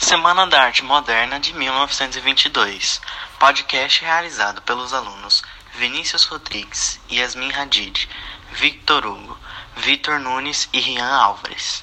Semana da Arte Moderna de 1922. Podcast realizado pelos alunos Vinícius Rodrigues, Yasmin Hadid, Victor Hugo, Vitor Nunes e Rian Álvares.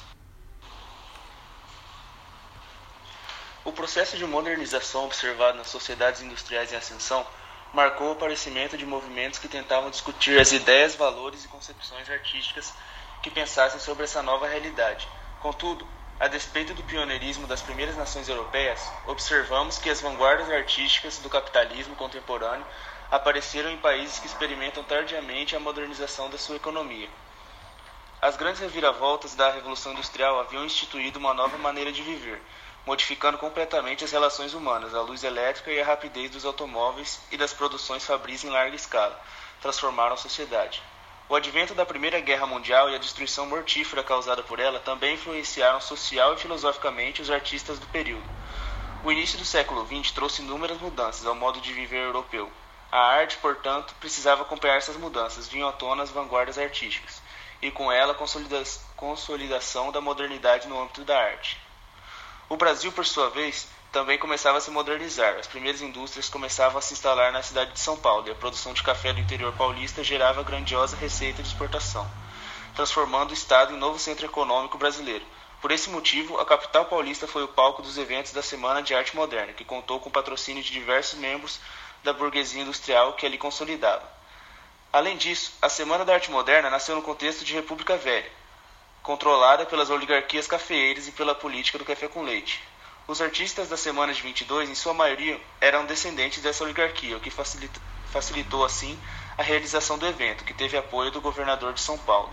O processo de modernização observado nas sociedades industriais em ascensão marcou o aparecimento de movimentos que tentavam discutir as ideias, valores e concepções artísticas que pensassem sobre essa nova realidade. Contudo, a despeito do pioneirismo das primeiras nações europeias, observamos que as vanguardas artísticas do capitalismo contemporâneo apareceram em países que experimentam tardiamente a modernização da sua economia. As grandes reviravoltas da Revolução Industrial haviam instituído uma nova maneira de viver, modificando completamente as relações humanas, a luz elétrica e a rapidez dos automóveis e das produções fabris em larga escala transformaram a sociedade. O advento da Primeira Guerra Mundial e a destruição mortífera causada por ela também influenciaram social e filosoficamente os artistas do período. O início do século XX trouxe inúmeras mudanças ao modo de viver europeu. A arte, portanto, precisava acompanhar essas mudanças, vinham à tona as vanguardas artísticas, e com ela a consolidação da modernidade no âmbito da arte. O Brasil, por sua vez, também começava a se modernizar. As primeiras indústrias começavam a se instalar na cidade de São Paulo e a produção de café do interior paulista gerava grandiosa receita de exportação, transformando o estado em novo centro econômico brasileiro. Por esse motivo, a capital paulista foi o palco dos eventos da Semana de Arte Moderna, que contou com o patrocínio de diversos membros da burguesia industrial que ali consolidava. Além disso, a Semana da Arte Moderna nasceu no contexto de República Velha, controlada pelas oligarquias cafeeiras e pela política do café com leite. Os artistas da Semana de 22, em sua maioria, eram descendentes dessa oligarquia, o que facilitou, assim, a realização do evento, que teve apoio do governador de São Paulo.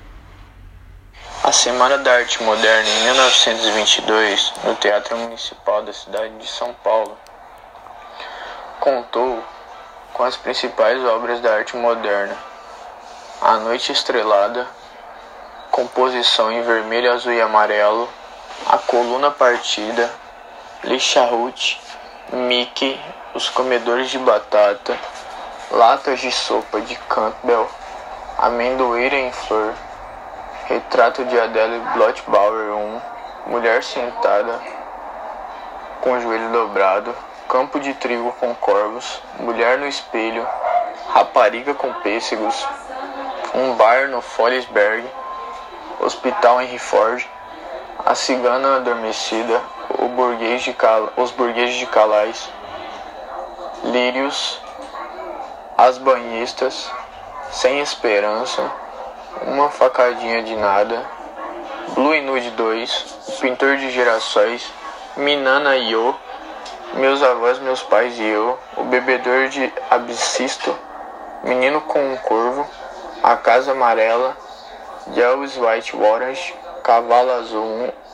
A Semana da Arte Moderna, em 1922, no Teatro Municipal da cidade de São Paulo, contou com as principais obras da arte moderna: A Noite Estrelada, composição em vermelho, azul e amarelo, A Coluna Partida, Le Charrut, Mickey, Os Comedores de Batata, Latas de Sopa de Campbell, Amendoeira em Flor, Retrato de Adele Bloch-Bauer I, Mulher Sentada com o Joelho Dobrado, Campo de Trigo com Corvos, Mulher no Espelho, Rapariga com Pêssegos, Um Bar no Foliesberg, Hospital Henry Ford, A Cigana Adormecida, Os Burgueses de Calais, Lírios, As Banhistas, Sem Esperança, Uma Facadinha de Nada, Blue e Nude 2, O Pintor de Gerações, Minana e Eu, Meus Avós, Meus Pais e Eu, O Bebedor de Absisto, Menino com um Corvo, A Casa Amarela, Yellow White Orange, Cavalo Azul 1.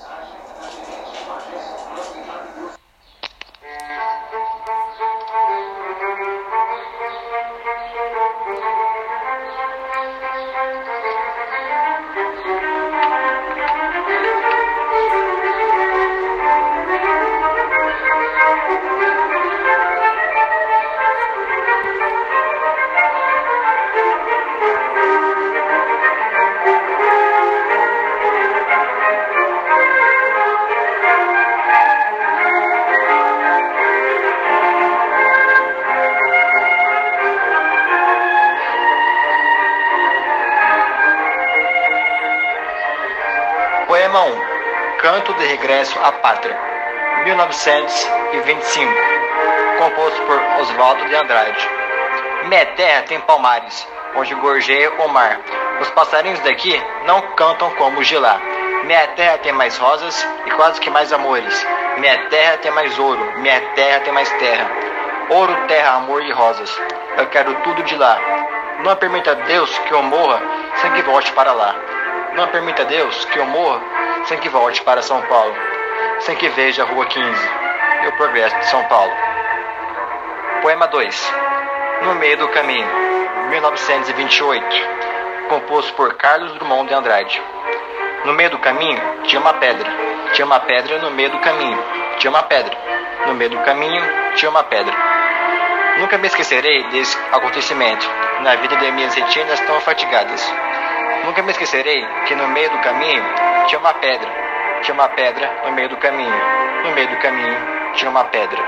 Poema 1. Canto de Regresso à Pátria, 1925, composto por Oswaldo de Andrade. Minha terra tem palmares, onde gorjeia o mar. Os passarinhos daqui não cantam como os de lá. Minha terra tem mais rosas e quase que mais amores. Minha terra tem mais ouro, minha terra tem mais terra. Ouro, terra, amor e rosas. Eu quero tudo de lá. Não permita a Deus que eu morra sem que volte para lá. Não permita a Deus que eu morra sem que volte para São Paulo, sem que veja a Rua 15 e o progresso de São Paulo. Poema 2. No Meio do Caminho, 1928, composto por Carlos Drummond de Andrade. No meio do caminho tinha uma pedra. Tinha uma pedra no meio do caminho. Tinha uma pedra. No meio do caminho tinha uma pedra. Nunca me esquecerei desse acontecimento na vida de minhas retinas tão fatigadas. Nunca me esquecerei que no meio do caminho tinha uma pedra. tinha uma pedra no meio do caminho. No meio do caminho tinha uma pedra.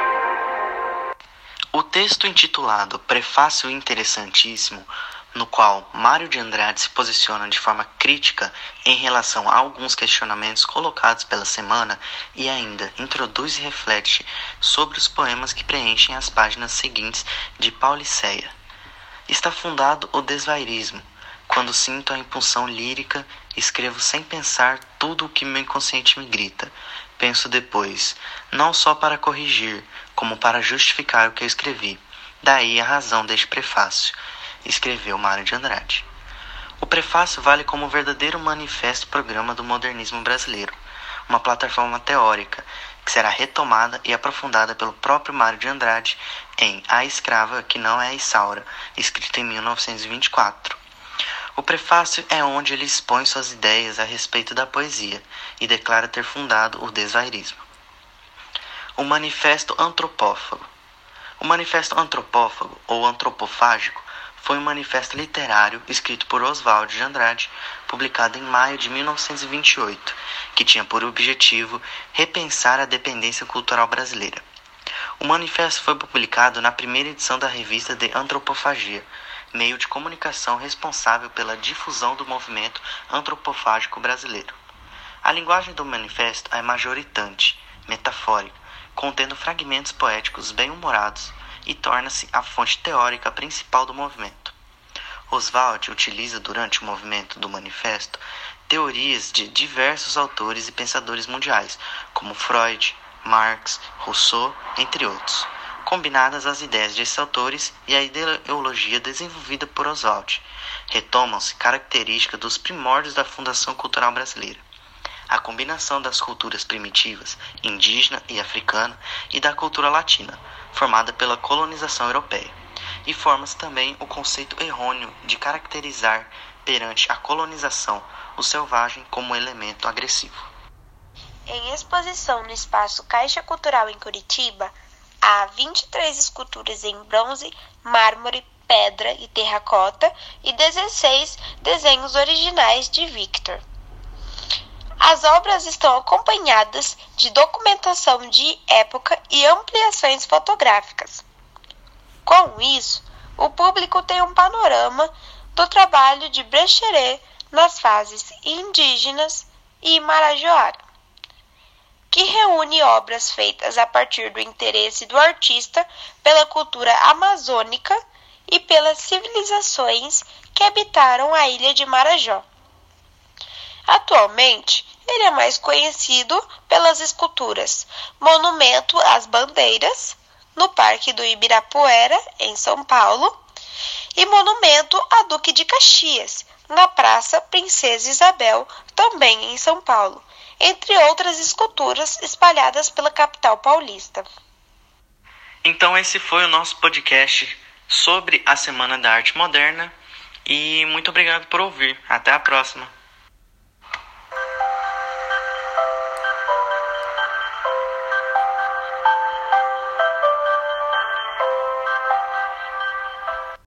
O texto intitulado Prefácio Interessantíssimo, no qual Mário de Andrade se posiciona de forma crítica em relação a alguns questionamentos colocados pela semana e ainda introduz e reflete sobre os poemas que preenchem as páginas seguintes de Pauliceia. Está fundado o desvairismo. Quando sinto a impulsão lírica, escrevo sem pensar tudo o que meu inconsciente me grita. Penso depois, não só para corrigir, como para justificar o que eu escrevi. Daí a razão deste prefácio, escreveu Mário de Andrade. O prefácio vale como verdadeiro manifesto programa do modernismo brasileiro, uma plataforma teórica que será retomada e aprofundada pelo próprio Mário de Andrade em A Escrava que Não é Isaura, escrito em 1924. O prefácio é onde ele expõe suas ideias a respeito da poesia e declara ter fundado o desvairismo. O Manifesto Antropófago. O Manifesto Antropófago, ou Antropofágico, foi um manifesto literário escrito por Oswald de Andrade, publicado em maio de 1928, que tinha por objetivo repensar a dependência cultural brasileira. O manifesto foi publicado na primeira edição da revista de Antropofagia, meio de comunicação responsável pela difusão do movimento antropofágico brasileiro. A linguagem do manifesto é majoritante, metafórica, contendo fragmentos poéticos bem-humorados e torna-se a fonte teórica principal do movimento. Oswald utiliza durante o movimento do manifesto teorias de diversos autores e pensadores mundiais, como Freud, Marx, Rousseau, entre outros, combinadas as ideias desses autores e a ideologia desenvolvida por Oswald. Retomam-se características dos primórdios da Fundação Cultural Brasileira, a combinação das culturas primitivas, indígena e africana, e da cultura latina, formada pela colonização europeia. E forma-se também o conceito errôneo de caracterizar perante a colonização o selvagem como elemento agressivo. Em exposição no Espaço Caixa Cultural em Curitiba, há 23 esculturas em bronze, mármore, pedra e terracota e 16 desenhos originais de Victor. As obras estão acompanhadas de documentação de época e ampliações fotográficas. Com isso, o público tem um panorama do trabalho de Brecheret nas fases indígenas e marajoara, que reúne obras feitas a partir do interesse do artista pela cultura amazônica e pelas civilizações que habitaram a ilha de Marajó. Atualmente, ele é mais conhecido pelas esculturas Monumento às Bandeiras, no Parque do Ibirapuera, em São Paulo, e Monumento a Duque de Caxias, na Praça Princesa Isabel, também em São Paulo, entre outras esculturas espalhadas pela capital paulista. Então esse foi o nosso podcast sobre a Semana da Arte Moderna e muito obrigado por ouvir. Até a próxima!